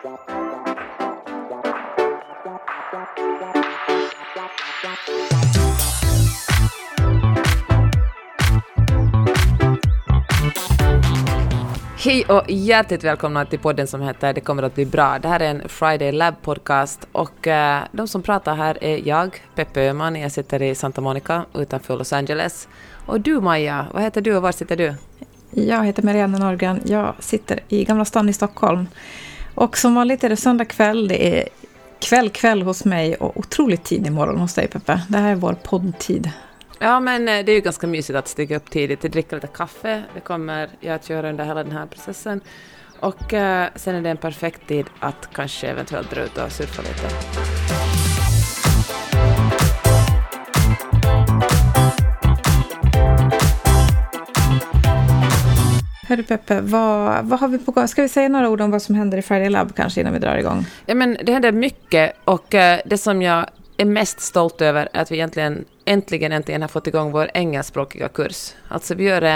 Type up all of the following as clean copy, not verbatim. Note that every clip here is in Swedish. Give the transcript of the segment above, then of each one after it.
Hej och hjärtligt välkomna till podden som heter Det kommer att bli bra. Det här är en Friday Lab podcast och de som pratar här är jag, Peppe Öhman. Jag sitter i Santa Monica utanför Los Angeles. Och du Maja, vad heter du och var sitter du? Jag heter Marianne Norgren. Jag sitter i Gamla stan i Stockholm. Och som vanligt är det söndag kväll. Det är kväll hos mig och otroligt tid imorgon hos dig Peppe. Det här är vår poddtid. Ja, men det är ju ganska mysigt att stiga upp tidigt och dricka lite kaffe. Det kommer jag att göra under hela den här processen. Och sen är det en perfekt tid att kanske eventuellt dra ut och surfa lite. Hörru Peppe, vad har vi på gång? Ska vi säga några ord om vad som händer i Friday Lab kanske innan vi drar igång? Ja, men det händer mycket och det som jag är mest stolt över är att vi äntligen har fått igång vår engelskspråkiga kurs. Alltså vi gör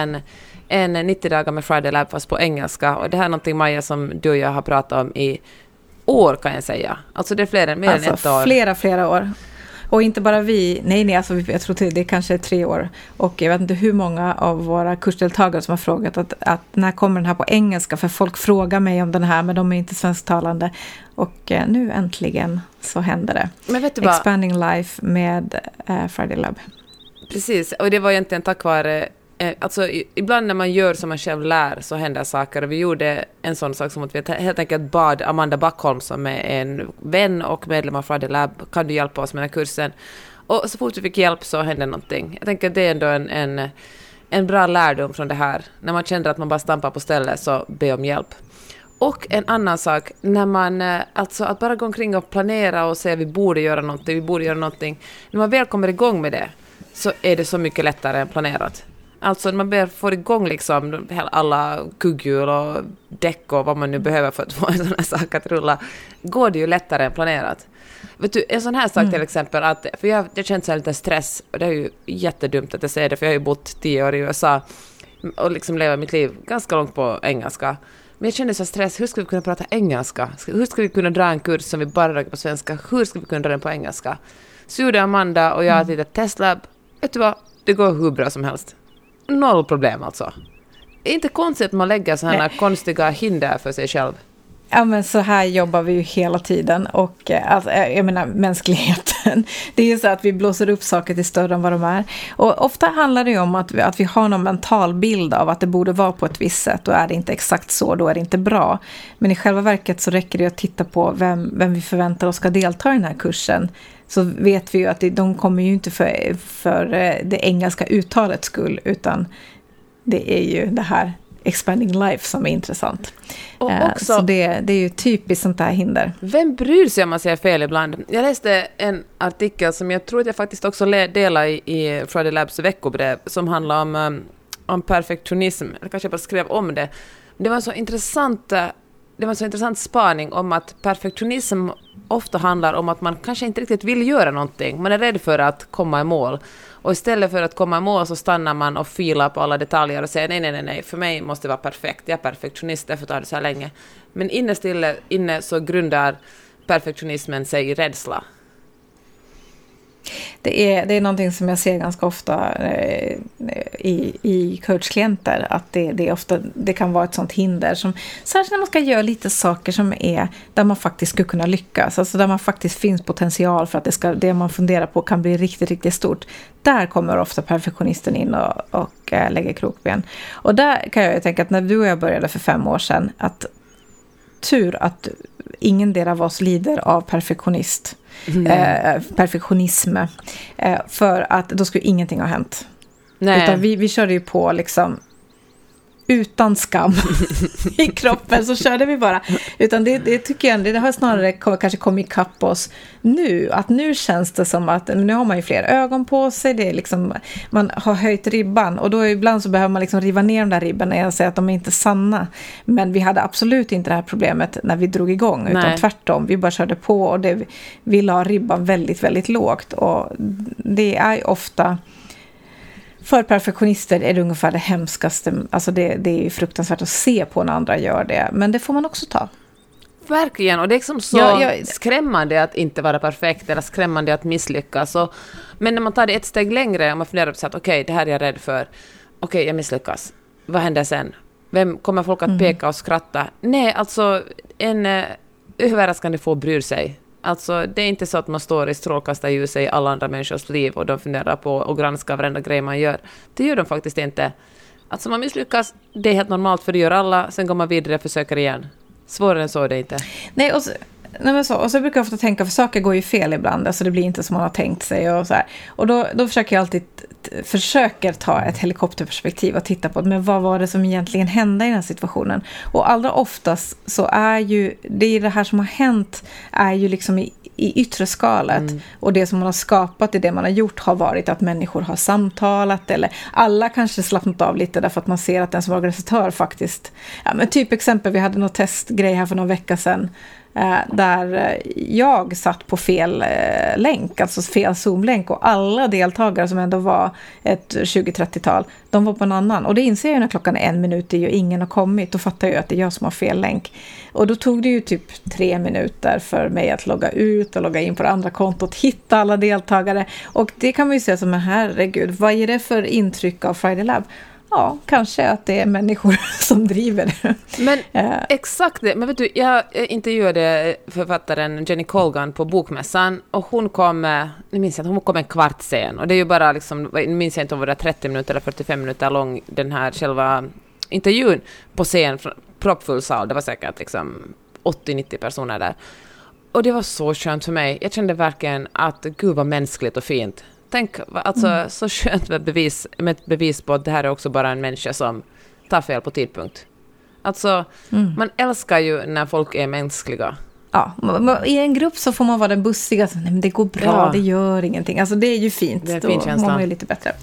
en 90 dagar med Friday Lab fast på engelska. Och det här är någonting, Maja, som du och jag har pratat om i år kan jag säga. Alltså det är mer än ett år. Flera år. Och inte bara vi, nej alltså jag tror det kanske är 3 år. Och jag vet inte hur många av våra kursdeltagare som har frågat att när kommer den här på engelska? För folk frågar mig om den här, men de är inte svensktalande. Och nu äntligen så händer det. Men vet du vad? Expanding Life med Friday Lab. Precis, och det var egentligen tack vare alltså ibland när man gör som man själv lär så händer saker. Och vi gjorde en sån sak som att vi helt enkelt bad Amanda Backholm som är en vän och medlem av Friday Lab, kan du hjälpa oss med den här kursen? Och så fort vi fick hjälp så hände någonting. Jag tänker att det är ändå en bra lärdom från det här. När man känner att man bara stampar på stället så be om hjälp. Och en annan sak, när man alltså att bara gå omkring och planera och säga vi borde göra någonting. När man väl kommer igång med det så är det så mycket lättare än planerat. Alltså när man får igång liksom alla kugghjul och däck och vad man nu behöver för att få en sån här sak att rulla, går det ju lättare än planerat. Vet du, en sån här sak till exempel, för jag känt så här lite stress, och det är ju jättedumt att jag säger det, för jag har ju bott 10 år i USA och liksom lever mitt liv ganska långt på engelska. Men jag kände så stress, hur ska vi kunna prata engelska? Hur ska vi kunna dra en kurs som vi bara drar på svenska? Hur ska vi kunna dra den på engelska? Så gjorde Amanda och jag ett litet testlab. Vet du vad? Det går hur bra som helst. 0 problem alltså. Det är inte konstigt att man lägger sådana konstiga hinder för sig själv. Ja, men så här jobbar vi ju hela tiden. Och alltså, jag menar mänskligheten. Det är ju så att vi blåser upp saker till större än vad de är. Och ofta handlar det ju om att vi har någon mental bild av att det borde vara på ett visst sätt. Och är det inte exakt så, då är det inte bra. Men i själva verket så räcker det att titta på vem vi förväntar oss ska delta i den här kursen. Så vet vi ju att de kommer ju inte för det engelska uttalets skull, utan det är ju det här expanding life som är intressant. Och också, så det är ju typiskt sånt här hinder. Vem bryr sig om man säger fel ibland? Jag läste en artikel som jag tror att jag faktiskt också delade i Friday Labs veckobrev som handlar om perfektionism. Jag kanske bara skrev om det. Det var en så intressant spaning om att perfektionism ofta handlar om att man kanske inte riktigt vill göra någonting. Man är rädd för att komma i mål. Och istället för att komma i mål så stannar man och filar på alla detaljer och säger nej, för mig måste det vara perfekt. Jag är perfektionist, därför tar det så här länge. Men inne så grundar perfektionismen sig i rädsla. Det är någonting som jag ser ganska ofta i coachklienter, att det kan vara ett sånt hinder som, särskilt när man ska göra lite saker som är där man faktiskt skulle kunna lyckas, alltså där man faktiskt finns potential för att det man funderar på kan bli riktigt, riktigt stort. Där kommer ofta perfektionisten in och lägger krokben. Och där kan jag tänka att när du och jag började för 5 år sedan, att tur att ingen del av oss lider av perfektionism, för att då skulle ingenting ha hänt. Nej. Utan vi körde ju på liksom utan skam i kroppen, så körde vi bara. Utan det tycker jag, det har snarare kanske kommit ikapp oss nu. Att nu känns det som att nu har man ju fler ögon på sig. Det är liksom, man har höjt ribban. Och då ibland så behöver man liksom riva ner de där ribbarna. Jag säger att de är inte sanna. Men vi hade absolut inte det här problemet när vi drog igång. Utan Nej. Tvärtom, vi bara körde på. Och vi la ribban väldigt, väldigt lågt. Och det är ofta... För perfektionister är det ungefär det hemskaste. Alltså det är ju fruktansvärt att se på när andra gör det. Men det får man också ta. verkligen, och det är liksom så skrämmande att inte vara perfekt eller skrämmande att misslyckas. Men när man tar det ett steg längre och man funderar på så att okej, det här är jag rädd för. Okej, jag misslyckas. Vad händer sen? Vem kommer folk att peka och skratta? Nej, alltså en överraskande få bryr sig. Alltså det är inte så att man står i strålkastarljuset i alla andra människors liv och de funderar på och granskar varenda grej man gör. Det gör de faktiskt inte. Alltså man misslyckas, det är helt normalt för det gör alla. Sen går man vidare och försöker igen. Svårare än så är det inte. Nej, och så brukar jag ofta tänka, för saker går ju fel ibland. Alltså det blir inte som man har tänkt sig och så här. Och då försöker jag alltid ta ett helikopterperspektiv och titta på men vad var det som egentligen hände i den här situationen. Och allra oftast så är ju det här som har hänt är ju liksom i yttre skalet. Och det som man har skapat i det man har gjort har varit att människor har samtalat eller alla kanske slappnat av lite därför att man ser att den som organisatör faktiskt, men typ exempel, vi hade något testgrej här för några veckor sedan där jag satt på fel länk, alltså fel Zoom-länk, och alla deltagare som ändå var ett 20-30-tal, de var på en annan. Och det inser jag när klockan är 1 minut och ingen har kommit. Då fattar jag att det är jag som har fel länk. Och då tog det ju typ 3 minuter för mig att logga ut och logga in på det andra kontot, hitta alla deltagare. Och det kan man ju säga som, herregud, vad är det för intryck av Friday Lab? Ja, kanske att det är människor som driver det. Men exakt det. Men vet du, jag intervjuade författaren Jenny Colgan på bokmässan och hon kom en kvart sen. Och det är ju bara liksom, minns jag inte om det var 30 minuter eller 45 minuter lång den här själva intervjun på scen, proppfull sal. Det var säkert liksom 80-90 personer där. Och det var så skönt för mig. Jag kände verkligen att gud var mänskligt och fint. Tänk, alltså så skönt med ett bevis på att det här är också bara en människa som tar fel på tidpunkt. Alltså, man älskar ju när folk är mänskliga. Ja, i en grupp så får man vara den bussiga. Nej, men det går bra, det gör ingenting. Alltså det är ju fint. Det är fin känsla. Då mår man ju lite bättre.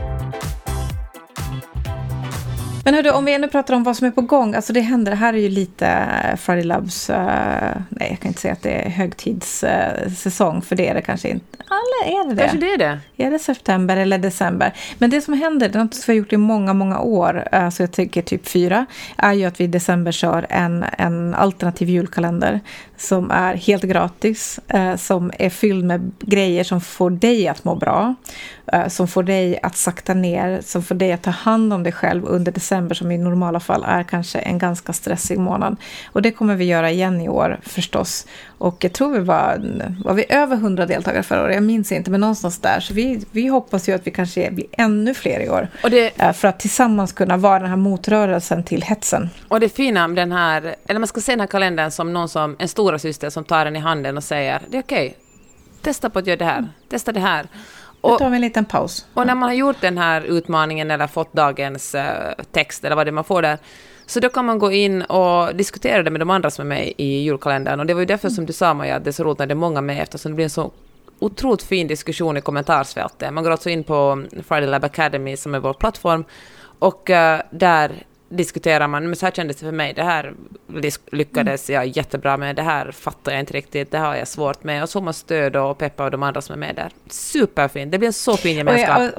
Men hördu, om vi ännu pratar om vad som är på gång, alltså det här är ju lite Friday Labs, nej jag kan inte säga att det är högtidssäsong, för det är det kanske inte. Eller är det det? Kanske det är det. Är det september eller december? Men det som händer, det är något som vi har gjort i många, många år, så jag tycker typ 4, är ju att vi i december kör en alternativ julkalender som är helt gratis, som är fylld med grejer som får dig att må bra, som får dig att sakta ner, som får dig att ta hand om dig själv under december, som i normala fall är kanske en ganska stressig månad. Och det kommer vi göra igen i år förstås. Och jag tror vi var vi över 100 deltagare förra året, jag minns inte, men någonstans där. Så vi hoppas ju att vi kanske blir ännu fler i år. Och för att tillsammans kunna vara den här motrörelsen till hetsen. Och det fina med den här, eller man ska se den här kalendern som en stora syster som tar den i handen och säger, det är okej. Testa på att göra det här. Testa det här. Då tar vi en liten paus. Och när man har gjort den här utmaningen eller fått dagens text eller vad det man får där, så då kan man gå in och diskutera det med de andra som är med i julkalendern. Och det var ju därför som du sa, Maja, att det är så roligt när det är många med, eftersom det blir en så otroligt fin diskussion i kommentarsfältet. Man går alltså in på Friday Lab Academy som är vår plattform, och där diskuterar man, men så här kändes det för mig, det här lyckades jag jättebra med, det här fattar jag inte riktigt, det har jag svårt med, och så får man stöd och peppa och de andra som är med där. Superfint, det blir en så fin gemenskap.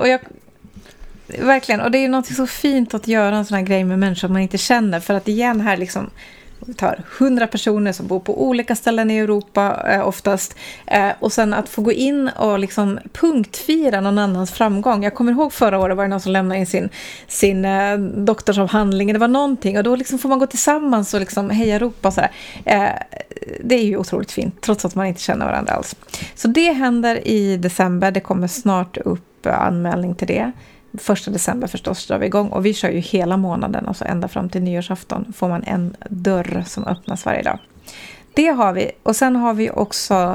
Verkligen, och det är ju något så fint att göra en sån här grej med människor man inte känner, för att igen här liksom, vi tar 100 personer som bor på olika ställen i Europa oftast, och sen att få gå in och liksom punktfira någon annans framgång. Jag kommer ihåg förra året var det någon som lämnade in sin doktorsavhandling, det var någonting, och då liksom får man gå tillsammans och liksom heja Europa och sådär. Det är ju otroligt fint, trots att man inte känner varandra alls. Så det händer i december, det kommer snart upp anmälning till det. 1 december förstås drar vi igång, och vi kör ju hela månaden, alltså ända fram till nyårsafton får man en dörr som öppnas varje dag. Det har vi, och sen har vi också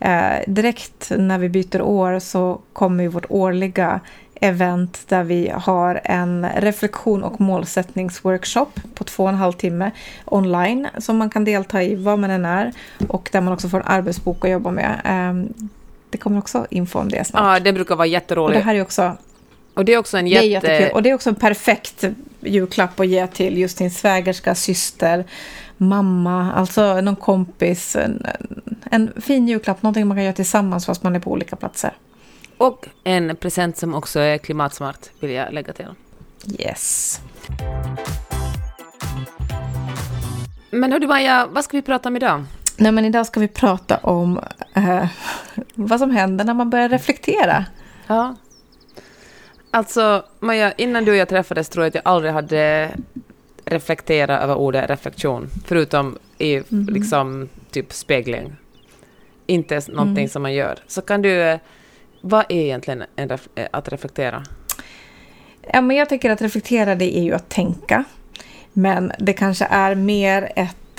direkt när vi byter år så kommer ju vårt årliga event där vi har en reflektion och målsättningsworkshop på 2,5 timme online som man kan delta i vad man än är, och där man också får en arbetsbok att jobba med. Det kommer också info om det snart. Ja, det brukar vara jätteroligt. Och det här är också... Och det är också en det är jättekul. Och det är också en perfekt julklapp att ge till just din svägerska, syster, mamma, alltså någon kompis. En fin julklapp, någonting man kan göra tillsammans fast man är på olika platser. Och en present som också är klimatsmart, vill jag lägga till. Yes. Men hördu Maja, vad ska vi prata om idag? Nej, men idag ska vi prata om vad som händer när man börjar reflektera. Ja. Alltså, Maja, innan du och jag träffades tror jag att jag aldrig hade reflekterat över ordet reflektion. Förutom i liksom typ spegling. Inte någonting som man gör. Så kan du, vad är egentligen att reflektera? Ja, men jag tycker att reflektera det är ju att tänka. Men det kanske är mer ett...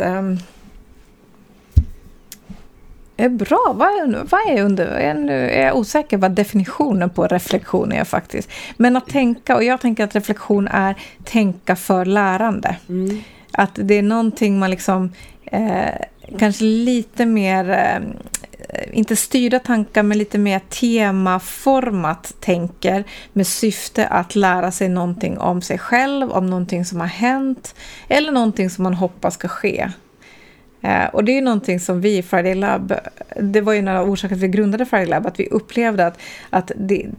är bra. Vad är under? Nu är jag osäker vad definitionen på reflektion är faktiskt. Men att tänka, och jag tänker att reflektion är tänka för lärande. Att det är någonting man liksom kanske lite mer inte styrda tankar men lite mer temaformat tänker med syfte att lära sig någonting om sig själv, om någonting som har hänt eller någonting som man hoppas ska ske. Och det är ju någonting som vi i Friday Lab, det var ju några orsaker att vi grundade Friday Lab, att vi upplevde att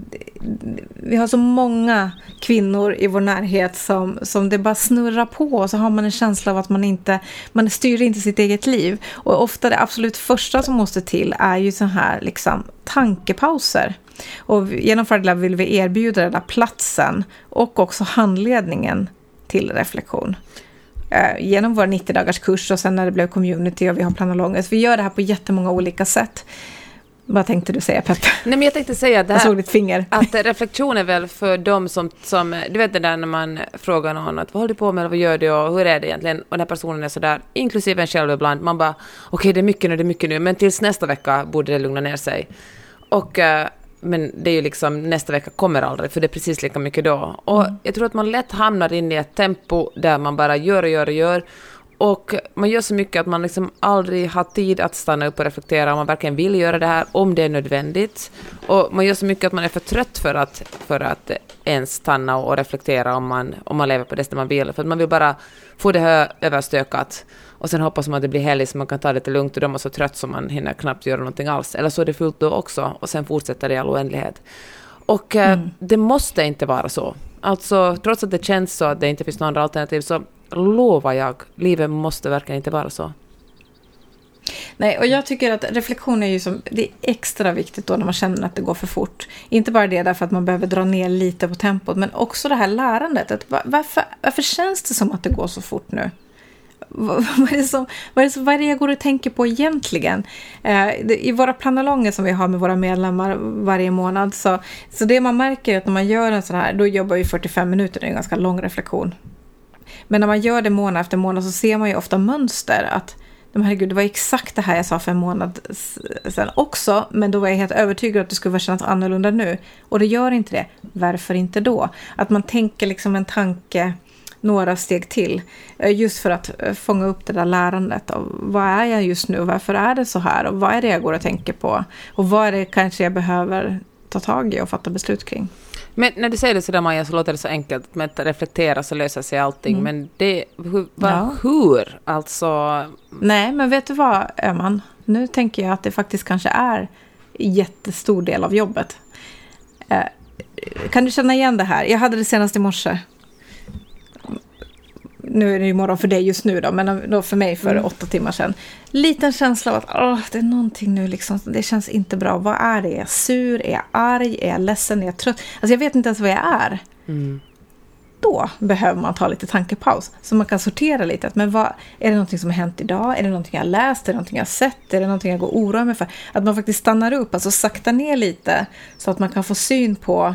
vi har så många kvinnor i vår närhet som det bara snurrar på, och så har man en känsla av att man styr inte sitt eget liv. Och ofta det absolut första som måste till är ju så här liksom tankepauser. Och genom Friday Lab vill vi erbjuda den där platsen och också handledningen till reflektion. Genom vår 90-dagars kurs och sen när det blev community och vi har planalongen. Så vi gör det här på jättemånga olika sätt. Vad tänkte du säga, Peppe? Nej, men jag tänkte säga det här, jag såg ditt finger. Att reflektion är väl för dem som du vet det där när man frågar någon att vad håller du på med eller vad gör du och hur är det egentligen, och den här personen är sådär, inklusive en själv ibland, man bara okej, det är mycket nu, men tills nästa vecka borde det lugna ner sig. Och men det är ju liksom, nästa vecka kommer aldrig, för det är precis lika mycket då. Och jag tror att man lätt hamnar in i ett tempo där man bara gör. Och man gör så mycket att man liksom aldrig har tid att stanna upp och reflektera om man verkligen vill göra det här, om det är nödvändigt. Och man gör så mycket att man är för trött för att ens stanna och reflektera om man lever på det man vill. För att man vill bara få det här överstökat. Och sen hoppas man att det blir helg så man kan ta det lite lugnt, och då är man så trött så man hinner knappt göra någonting alls. Eller så är det fullt då också, och sen fortsätter det i all oändlighet. Och det måste inte vara så. Alltså, trots att det känns så att det inte finns någon andra alternativ, så lovar jag, livet måste verkligen inte vara så. Nej, och jag tycker att reflektion är ju det är extra viktigt då när man känner att det går för fort. Inte bara det därför att man behöver dra ner lite på tempot, men också det här lärandet. Att varför känns det som att det går så fort nu? Vad är det jag går och tänker på egentligen? I våra planalonger som vi har med våra medlemmar varje månad, så det man märker är att när man gör en sån här, då jobbar vi 45 minuter, det är en ganska lång reflektion. Men när man gör det månad efter månad så ser man ju ofta mönster, att herregud, det var exakt det här jag sa för en månad sedan också, men då var jag helt övertygad att det skulle vara kännas annorlunda nu. Och det gör inte det. Varför inte då? Att man tänker liksom en tanke några steg till, just för att fånga upp det där lärandet av vad är jag just nu, varför är det så här, och vad är det jag går och tänker på, och vad är det kanske jag behöver ta tag i och fatta beslut kring. Men när du säger det sådär, Maja, så låter det så enkelt med att reflektera så löser sig allting, men det, hur? Alltså... Nej, men vet du vad, Öman? Nu tänker jag att det faktiskt kanske är en jättestor del av jobbet. Kan du känna igen det här? Jag hade det senast i morse. Nu är det ju morgon för dig just nu då, men då för mig för 8 timmar sedan. Liten känsla av att det är någonting nu liksom, det känns inte bra. Vad är det? Är jag sur? Är jag arg? Är jag ledsen? Är jag trött? Alltså jag vet inte ens vad jag är. Då behöver man ta lite tankepaus, så man kan sortera lite. Men är det någonting som har hänt idag? Är det någonting jag har läst? Är det någonting jag har sett? Är det någonting jag går och oroar mig för? Att man faktiskt stannar upp, alltså sakta ner lite, så att man kan få syn på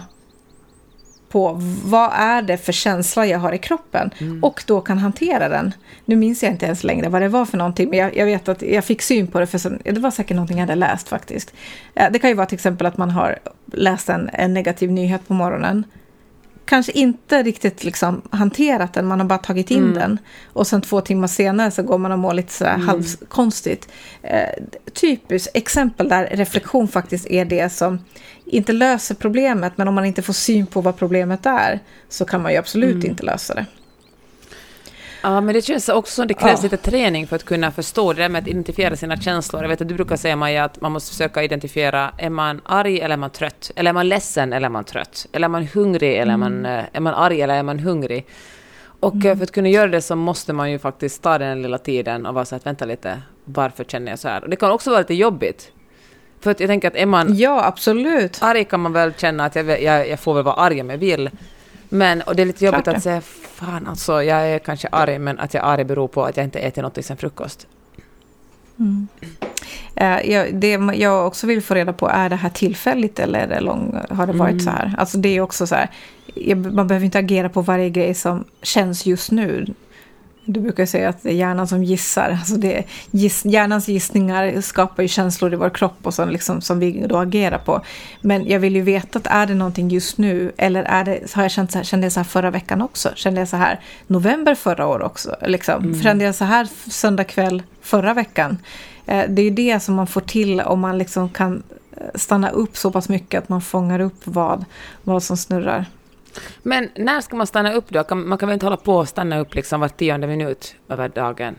vad är det för känsla jag har i kroppen, och då kan hantera den. Nu minns jag inte ens längre vad det var för någonting, men jag vet att jag fick syn på det, för det var säkert någonting jag hade läst faktiskt. Det kan ju vara till exempel att man har läst en negativ nyhet på morgonen, kanske inte riktigt liksom hanterat den, man har bara tagit in den, och sen 2 timmar senare så går man och mår lite så här halvkonstigt. Typiskt exempel där reflektion faktiskt är det som inte löser problemet, men om man inte får syn på vad problemet är, så kan man ju absolut inte lösa det. Ja, men det känns också som det krävs lite träning för att kunna förstå det där med att identifiera sina känslor. Jag vet att du brukar säga, Maja, att man måste försöka identifiera, är man arg eller är man trött? Eller är man ledsen eller är man trött? Eller är man hungrig eller är man arg eller är man hungrig? Och för att kunna göra det så måste man ju faktiskt ta den lilla tiden och vara så att vänta lite, varför känner jag så här? Och det kan också vara lite jobbigt. För att jag tänker att är man absolut. arg kan man väl känna att jag får väl vara arg om jag vill. Och det är lite jobbigt att säga, fan alltså, jag är kanske arg, men att jag är arg beror på att jag inte äter något sen frukost. Mm. Det jag också vill få reda på, är det här tillfälligt eller är det har det varit så här? Alltså det är också så här, man behöver inte agera på varje grej som känns just nu. Du brukar säga att det är hjärnan som gissar. Alltså hjärnans gissningar skapar ju känslor i vår kropp och så liksom, som vi då agerar på. Men jag vill ju veta att är det någonting just nu, eller har jag kände jag så här förra veckan också? Kände jag så här november förra år också? Liksom. Kände jag så här söndag kväll förra veckan? Det är ju det som man får till om man liksom kan stanna upp så pass mycket att man fångar upp vad som snurrar. Men när ska man stanna upp då? Man kan väl inte hålla på att stanna upp liksom var 10:e minut över dagen?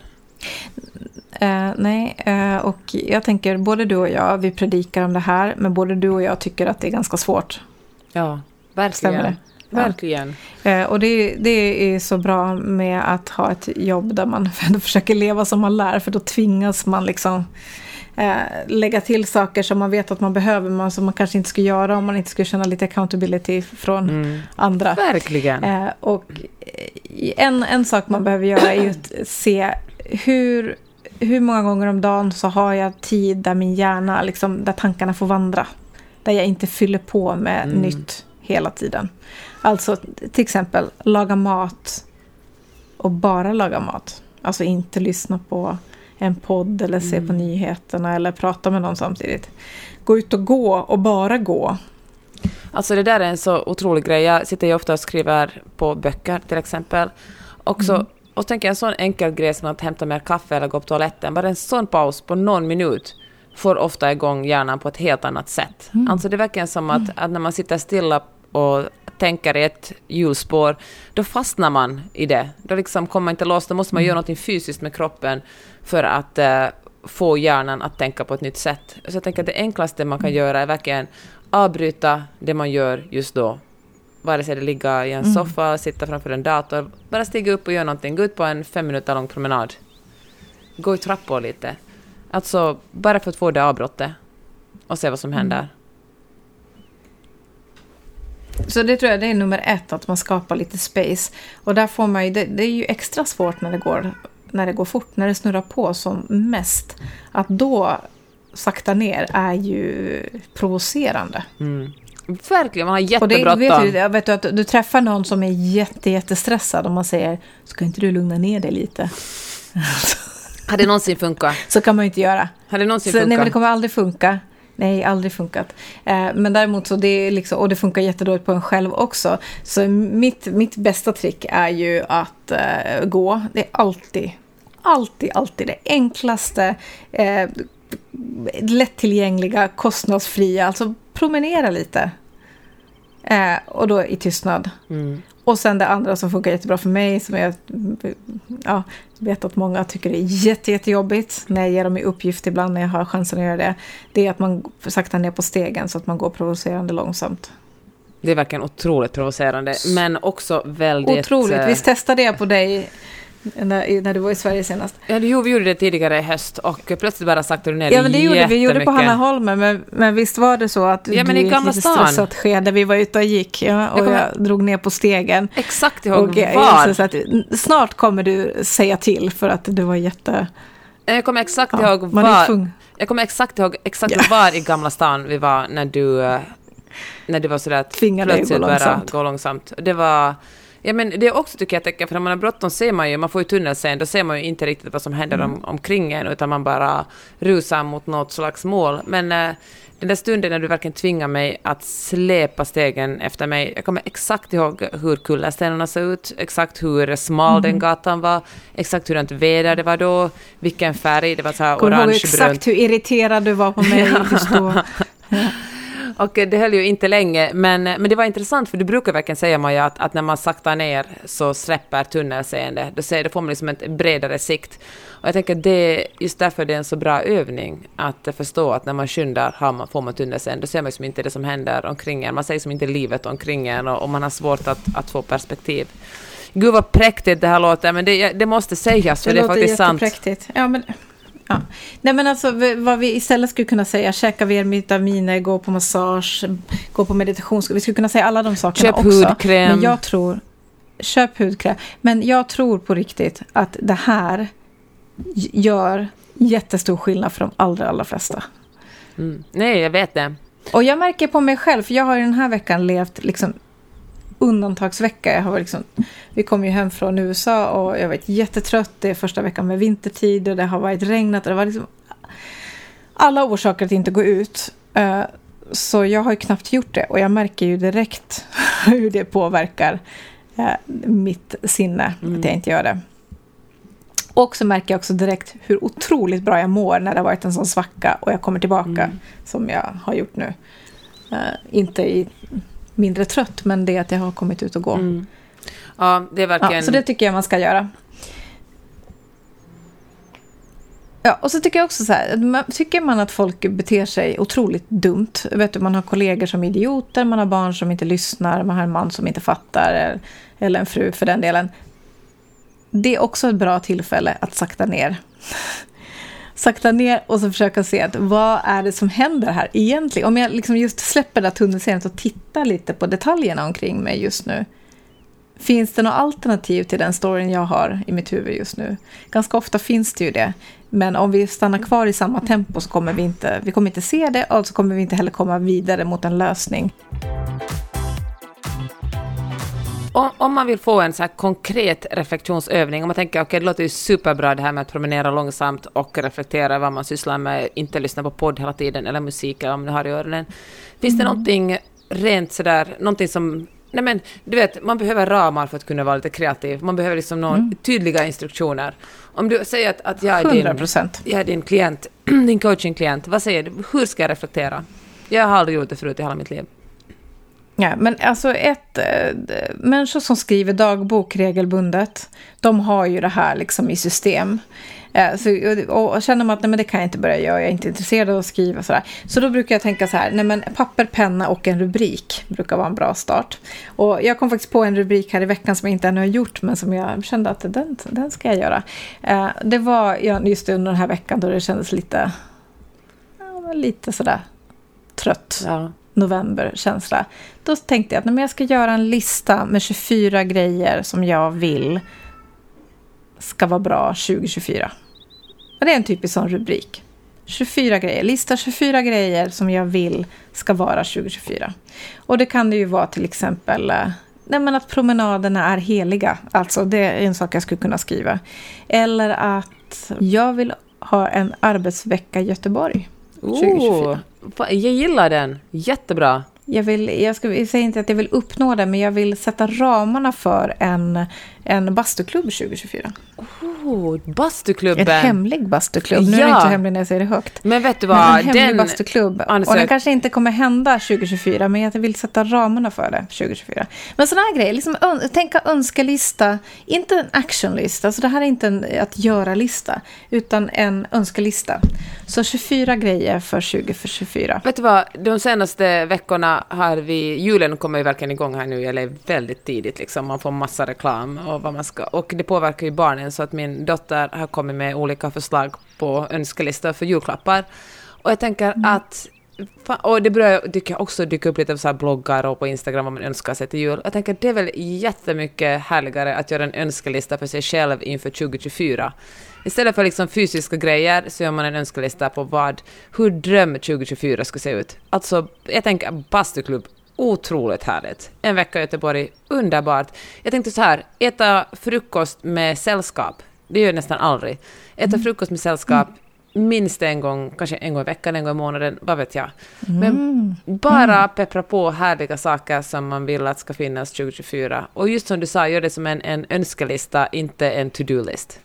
Nej, och jag tänker både du och jag, vi predikar om det här, men både du och jag tycker att det är ganska svårt. Ja, verkligen. Stämmer det? Verkligen. Och det är så bra med att ha ett jobb där man försöker leva som man lär, för då tvingas man liksom lägga till saker som man vet att man behöver, men som man kanske inte skulle göra om man inte skulle känna lite accountability från andra. Verkligen. Och en sak man behöver göra är ju att se hur många gånger om dagen så har jag tid där min hjärna, liksom, där tankarna får vandra. Där jag inte fyller på med nytt hela tiden. Alltså till exempel laga mat och bara laga mat. Alltså inte lyssna på en podd eller se på nyheterna eller prata med någon samtidigt. Gå ut och gå och bara gå. Alltså det där är en så otrolig grej. Jag sitter ju ofta och skriver på böcker till exempel. Och så tänker jag en sån enkel grej som att hämta mer kaffe eller gå på toaletten. Bara en sån paus på någon minut får ofta igång hjärnan på ett helt annat sätt. Alltså det verkar som att när man sitter stilla och tänker i ett hjulspår, då fastnar man i det. Då liksom kommer man inte loss. Då måste man göra något fysiskt med kroppen för att få hjärnan att tänka på ett nytt sätt. Så jag tänker att det enklaste man kan göra är verkligen avbryta det man gör just då. Vare sig det ligga i en soffa, sitta framför en dator, bara stiga upp och göra någonting. Gå ut på en 5 minuter lång promenad. Gå i trappor lite. Alltså bara för att få det avbrottet och se vad som händer. Så det tror jag det är nummer 1, att man skapar lite space. Och där får man ju, det är ju extra svårt när det går fort, när det snurrar på som mest. Att då sakta ner är ju provocerande. Verkligen, man har jättebråttom. Och jag vet att du träffar någon som är jättestressad och man säger, ska inte du lugna ner dig lite? Har det någonsin funkat? Så kan man ju inte göra. Har det någonsin funkat? Nej, men det kommer aldrig funka. Nej, aldrig funkat. Men däremot så det är liksom, och det funkar jättedåligt på en själv också. Så mitt bästa trick är ju att gå. Det är alltid det enklaste, lättillgängliga, kostnadsfria. Alltså promenera lite. Och då i tystnad. Och sen det andra som funkar jättebra för mig, som jag vet att många tycker det är jättejobbigt när jag ger dem i uppgift ibland när jag har chansen att göra det. Det är att man saktar ner på stegen så att man går provocerande långsamt. Det är verkligen otroligt provocerande, men också väldigt... Otroligt. Visst testade jag på dig när du var i Sverige senast. Ja, vi gjorde det tidigare i höst och plötsligt bara saktade du ner det. Ja, men det gjorde vi. Gjorde på Hannaholmen, men visst var det så att du i lite stressat skede vi var ute och gick, jag drog ner på stegen. Exakt ihåg och var. Så att snart kommer du säga till för att du var jätte... Jag kommer exakt ihåg var. Jag kommer exakt ihåg var i Gamla stan vi var när du var så där att plötsligt bara gå långsamt. Det var... Ja, men det är också tycker jag tänker, för när man har bråttom ser man ju, man får ju tunnelseende, då ser man ju inte riktigt vad som händer omkring en, utan man bara rusar mot något slags mål. Men den där stunden när du verkligen tvingar mig att släpa stegen efter mig, jag kommer exakt ihåg hur kullerstenarna såg ut, exakt hur smal den gatan var, exakt hur det väder det var då, vilken färg, det var så här orange, exakt hur irriterad du var på mig just då. Ja. Och det höll ju inte länge, men det var intressant, för du brukar verkligen säga, Maja, att när man saktar ner så släpper tunnelseende. Då får man liksom ett bredare sikt. Och jag tänker att det är just därför det är en så bra övning att förstå att när man skyndar får man tunnelseende. Då ser man liksom inte det som händer omkring en. Man ser liksom inte livet omkring en och man har svårt att få perspektiv. Gud vad präktigt det här låter, men det måste sägas, för det är faktiskt sant. Det låter jättepräktigt. Ja, men... Ja. Nej, men alltså vad vi istället skulle kunna säga, käka vitaminer, gå på massage, gå på meditation, vi skulle kunna säga alla de sakerna köp också. Hudkräm. Men jag tror, köp hudkräm. Men jag tror på riktigt att det här gör jättestor skillnad för de allra flesta. Nej, jag vet det. Och jag märker på mig själv, för jag har ju den här veckan levt liksom undantagsvecka. Jag har liksom, vi kom ju hem från USA och jag var jättetrött. Det är första veckan med vintertid och det har varit regnat och det var liksom alla orsaker att inte gå ut. Så jag har ju knappt gjort det och jag märker ju direkt hur det påverkar mitt sinne att jag inte gör det. Och så märker jag också direkt hur otroligt bra jag mår när det har varit en sån svacka och jag kommer tillbaka som jag har gjort nu. Inte mindre trött, men det att jag har kommit ut och gå. Ja, det är verkligen... Ja, så det tycker jag man ska göra. Ja, och så tycker jag också så här, tycker man att folk beter sig otroligt dumt, vet du, man har kollegor som är idioter, man har barn som inte lyssnar, man har en man som inte fattar, eller en fru för den delen. Det är också ett bra tillfälle att sakta ner. Sakta ner och så försöka se att vad är det som händer här egentligen. Om jag liksom just släpper det tunnelseendet och tittar lite på detaljerna omkring mig just nu. Finns det något alternativ till den storyn jag har i mitt huvud just nu? Ganska ofta finns det ju det. Men om vi stannar kvar i samma tempo så kommer vi kommer inte se det, och så kommer vi inte heller komma vidare mot en lösning. Om man vill få en så här konkret reflektionsövning, om man tänker okej, det låter ju superbra det här med att promenera långsamt och reflektera vad man sysslar med, inte lyssna på podd hela tiden eller musik om du har i öronen. Finns det någonting rent sådär, någonting som, nej men du vet, man behöver ramar för att kunna vara lite kreativ, man behöver liksom tydliga instruktioner. Om du säger att jag är din klient, din coachingklient, vad säger du? Hur ska jag reflektera? Jag har aldrig gjort det förut i hela mitt liv. Ja, men alltså människor som skriver dagbok regelbundet, de har ju det här liksom i system. Och känner man att nej, men det kan jag inte börja göra, jag är inte intresserad av att skriva sådär. Så då brukar jag tänka så här, nej men papper, penna och en rubrik brukar vara en bra start. Och jag kom faktiskt på en rubrik här i veckan som jag inte ännu har gjort, men som jag kände att den ska jag göra. Det var just under den här veckan då det kändes lite sådär trött. Ja. Novemberkänsla. Då tänkte jag att jag ska göra en lista med 24 grejer som jag vill ska vara bra 2024. Och det är en typisk sån rubrik. 24 grejer. Lista 24 grejer som jag vill ska vara 2024. Och det kan det ju vara till exempel att promenaderna är heliga. Alltså det är en sak jag skulle kunna skriva. Eller att jag vill ha en arbetsvecka i Göteborg 2024. Jag gillar den. Jättebra. Jag säger inte att jag vill uppnå det, men jag vill sätta ramarna för en bastuklubb 2024. Bastuklubben. En hemlig bastuklubb. Nu är det inte så hemlig när jag säger det högt. Men vet du vad? En hemlig bastuklubb. Och den kanske inte kommer hända 2024, men jag vill sätta ramarna för det 2024. Men sådana här grejer, liksom tänka önskelista, inte en actionlista. Alltså det här är inte en att göra-lista, utan en önskelista. Så 24 grejer för 2024. Vet du vad? De senaste veckorna har julen kommer ju verkligen igång här nu, eller väldigt tidigt liksom. Man får massa reklam och vad man ska, och det påverkar ju barnen, så att min dotter har kommit med olika förslag på önskelistor för julklappar. Och jag tänker att, och det börjar också dyka upp lite så här bloggar och på Instagram vad man önskar sig till jul. Jag tänker att det är väl jättemycket härligare att göra en önskelista för sig själv inför 2024. Istället för liksom fysiska grejer så gör man en önskelista på hur dröm 2024 ska se ut. Alltså, jag tänker bastuklubb, otroligt härligt. En vecka i Göteborg, underbart. Jag tänkte så här, äta frukost med sällskap. Det gör jag nästan aldrig. Äta frukost med sällskap minst en gång, kanske en gång i veckan, en gång i månaden, vad vet jag. Men bara peppra på härliga saker som man vill att ska finnas 2024. Och just som du sa, gör det som en önskelista, inte en to-do-list.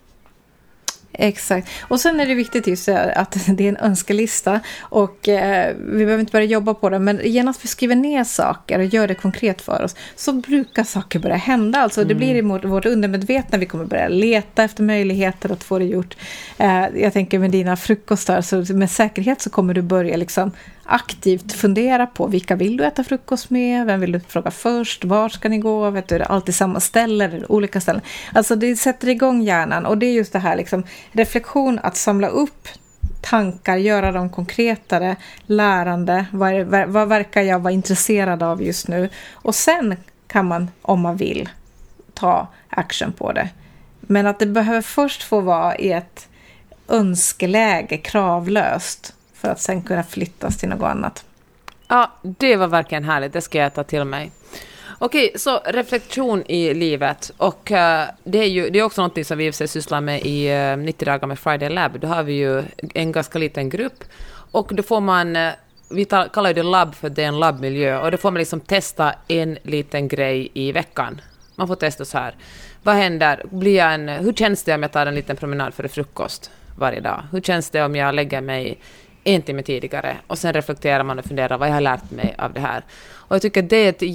Exakt. Och sen är det viktigt just att det är en önskelista och vi behöver inte börja jobba på det, men genast vi skriver ner saker och gör det konkret för oss, så brukar saker börja hända. Alltså det blir emot vårt undermedvetna, vi kommer börja leta efter möjligheter att få det gjort. Jag tänker med dina frukostar, så med säkerhet så kommer du börja liksom aktivt fundera på vilka vill du äta frukost med, vem vill du fråga först, var ska ni gå, vet du, är det alltid samma ställe eller olika ställen. Alltså det sätter igång hjärnan, och det är just det här liksom, reflektion, att samla upp tankar, göra dem konkretare, lärande, vad verkar jag vara intresserad av just nu, och sen kan man, om man vill, ta action på det. Men att det behöver först få vara i ett önskeläge, kravlöst, för att sen kunna flyttas till något annat. Ja, det var verkligen härligt. Det ska jag ta till mig. Okej, så reflektion i livet. Och det är också något som vi sysslar med i 90 dagar med Friday Lab. Då har vi ju en ganska liten grupp. Och då får man, vi kallar det labb för det är en labbmiljö. Och då får man liksom testa en liten grej i veckan. Man får testa så här. Vad händer? Hur känns det om jag tar en liten promenad före frukost varje dag? Hur känns det om jag lägger mig en timme tidigare? Och sen reflekterar man och funderar vad jag har lärt mig av det här. Och jag tycker det är ett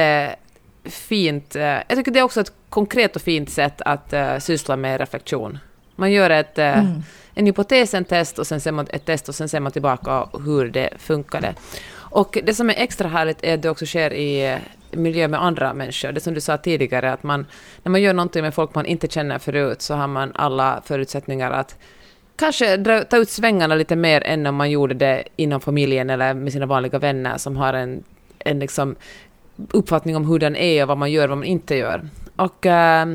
jättefint... Jag tycker det är också ett konkret och fint sätt att syssla med reflektion. Man gör en hypotes, en test, och sen ser man ett test, och sen ser man tillbaka hur det funkade. Och det som är extra härligt är att det också sker i miljö med andra människor. Det som du sa tidigare, att när man gör någonting med folk man inte känner förut, så har man alla förutsättningar att kanske ta ut svängarna lite mer än om man gjorde det inom familjen eller med sina vanliga vänner som har en liksom uppfattning om hur den är och vad man gör och vad man inte gör. Och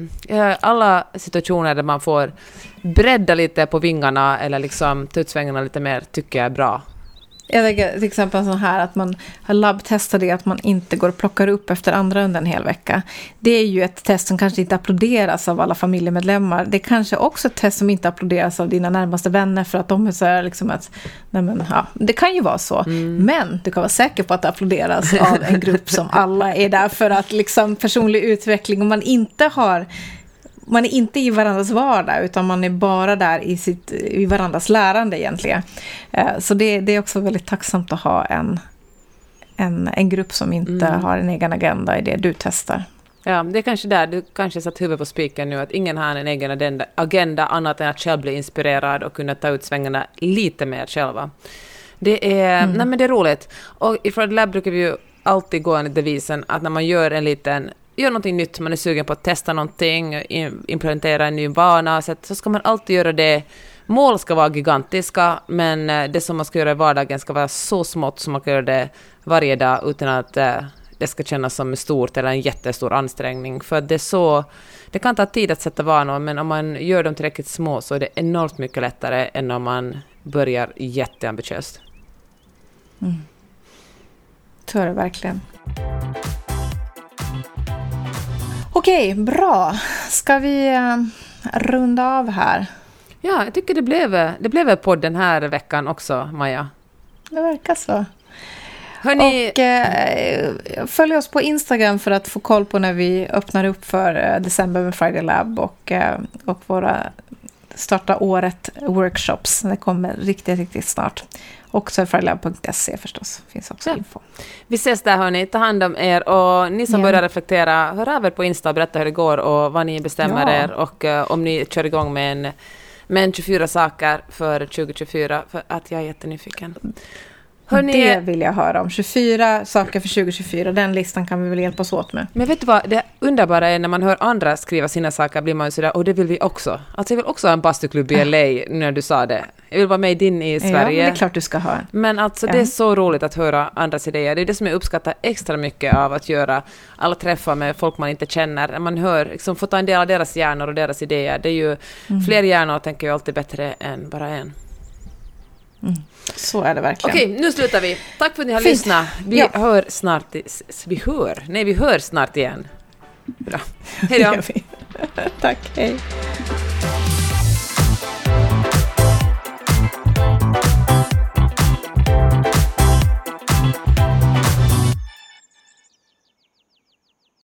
alla situationer där man får bredda lite på vingarna eller liksom ta ut svängarna lite mer tycker jag är bra. Jag tänker till exempel så här, att man har labbtestat det, att man inte går och plockar upp efter andra under en hel vecka. Det är ju ett test som kanske inte applåderas av alla familjemedlemmar. Det är kanske också ett test som inte applåderas av dina närmaste vänner, för att de är så här liksom att, nej men, ja, det kan ju vara så. Men du kan vara säker på att det applåderas av en grupp som alla är där för att liksom personlig utveckling, och man är inte i varandras vardag, utan man är bara där i varandras lärande egentligen. Så det är också väldigt tacksamt att ha en grupp som inte har en egen agenda i det du testar. Ja, det är kanske där du kanske satt huvudet på spiken nu, att ingen har en egen agenda annat än att själv bli inspirerad och kunna ta ut svängarna lite mer själva. Det är, nej men det är roligt. Och i Friday Lab brukar vi ju alltid gå enligt devisen att när man gör någonting nytt, man är sugen på att testa någonting, implementera en ny vana, så ska man alltid göra det. Mål ska vara gigantiska, men det som man ska göra i vardagen ska vara så smått som man kan göra det varje dag utan att det ska kännas som stort eller en jättestor ansträngning. För det kan ta tid att sätta vanor, men om man gör dem tillräckligt små så är det enormt mycket lättare än om man börjar jätteambitiöst. Så är det verkligen. Okej, bra. Ska vi runda av här? Ja, jag tycker det blev podd den här veckan också, Maja. Det verkar så. Hörrni... Och följ oss på Instagram för att få koll på när vi öppnar upp för december med Friday Lab och våra starta året workshops. Det kommer riktigt, riktigt snart. Och så fridayLab.se förstås. Finns också info. Vi ses där, hörni. Ta hand om er. Och ni som börjar reflektera, hör av er på Insta och berätta hur det går och vad ni bestämmer er. Och om ni kör igång med en 24 saker för 2024. För att jag är jättenyfiken. Hörrni, det vill jag höra om. 24 saker för 2024. Den listan kan vi väl hjälpas åt med. Men vet du vad? Det underbara är när man hör andra skriva sina saker blir man ju sådär, och det vill vi också. Alltså jag vill också ha en bastuklubb i LA när du sa det. Jag vill vara med i din i Sverige. Ja, det är klart du ska ha. Men alltså det är så roligt att höra andras idéer. Det är det som jag uppskattar extra mycket av att göra alla träffar med folk man inte känner. När man hör, liksom, får ta en del av deras hjärnor och deras idéer. Det är ju fler hjärnor, tänker jag, alltid bättre än bara en. Så är det verkligen. Okej, nu slutar vi. Tack för att ni har lyssnat. Vi hör snart igen. Bra. Hej då. Tack, hej.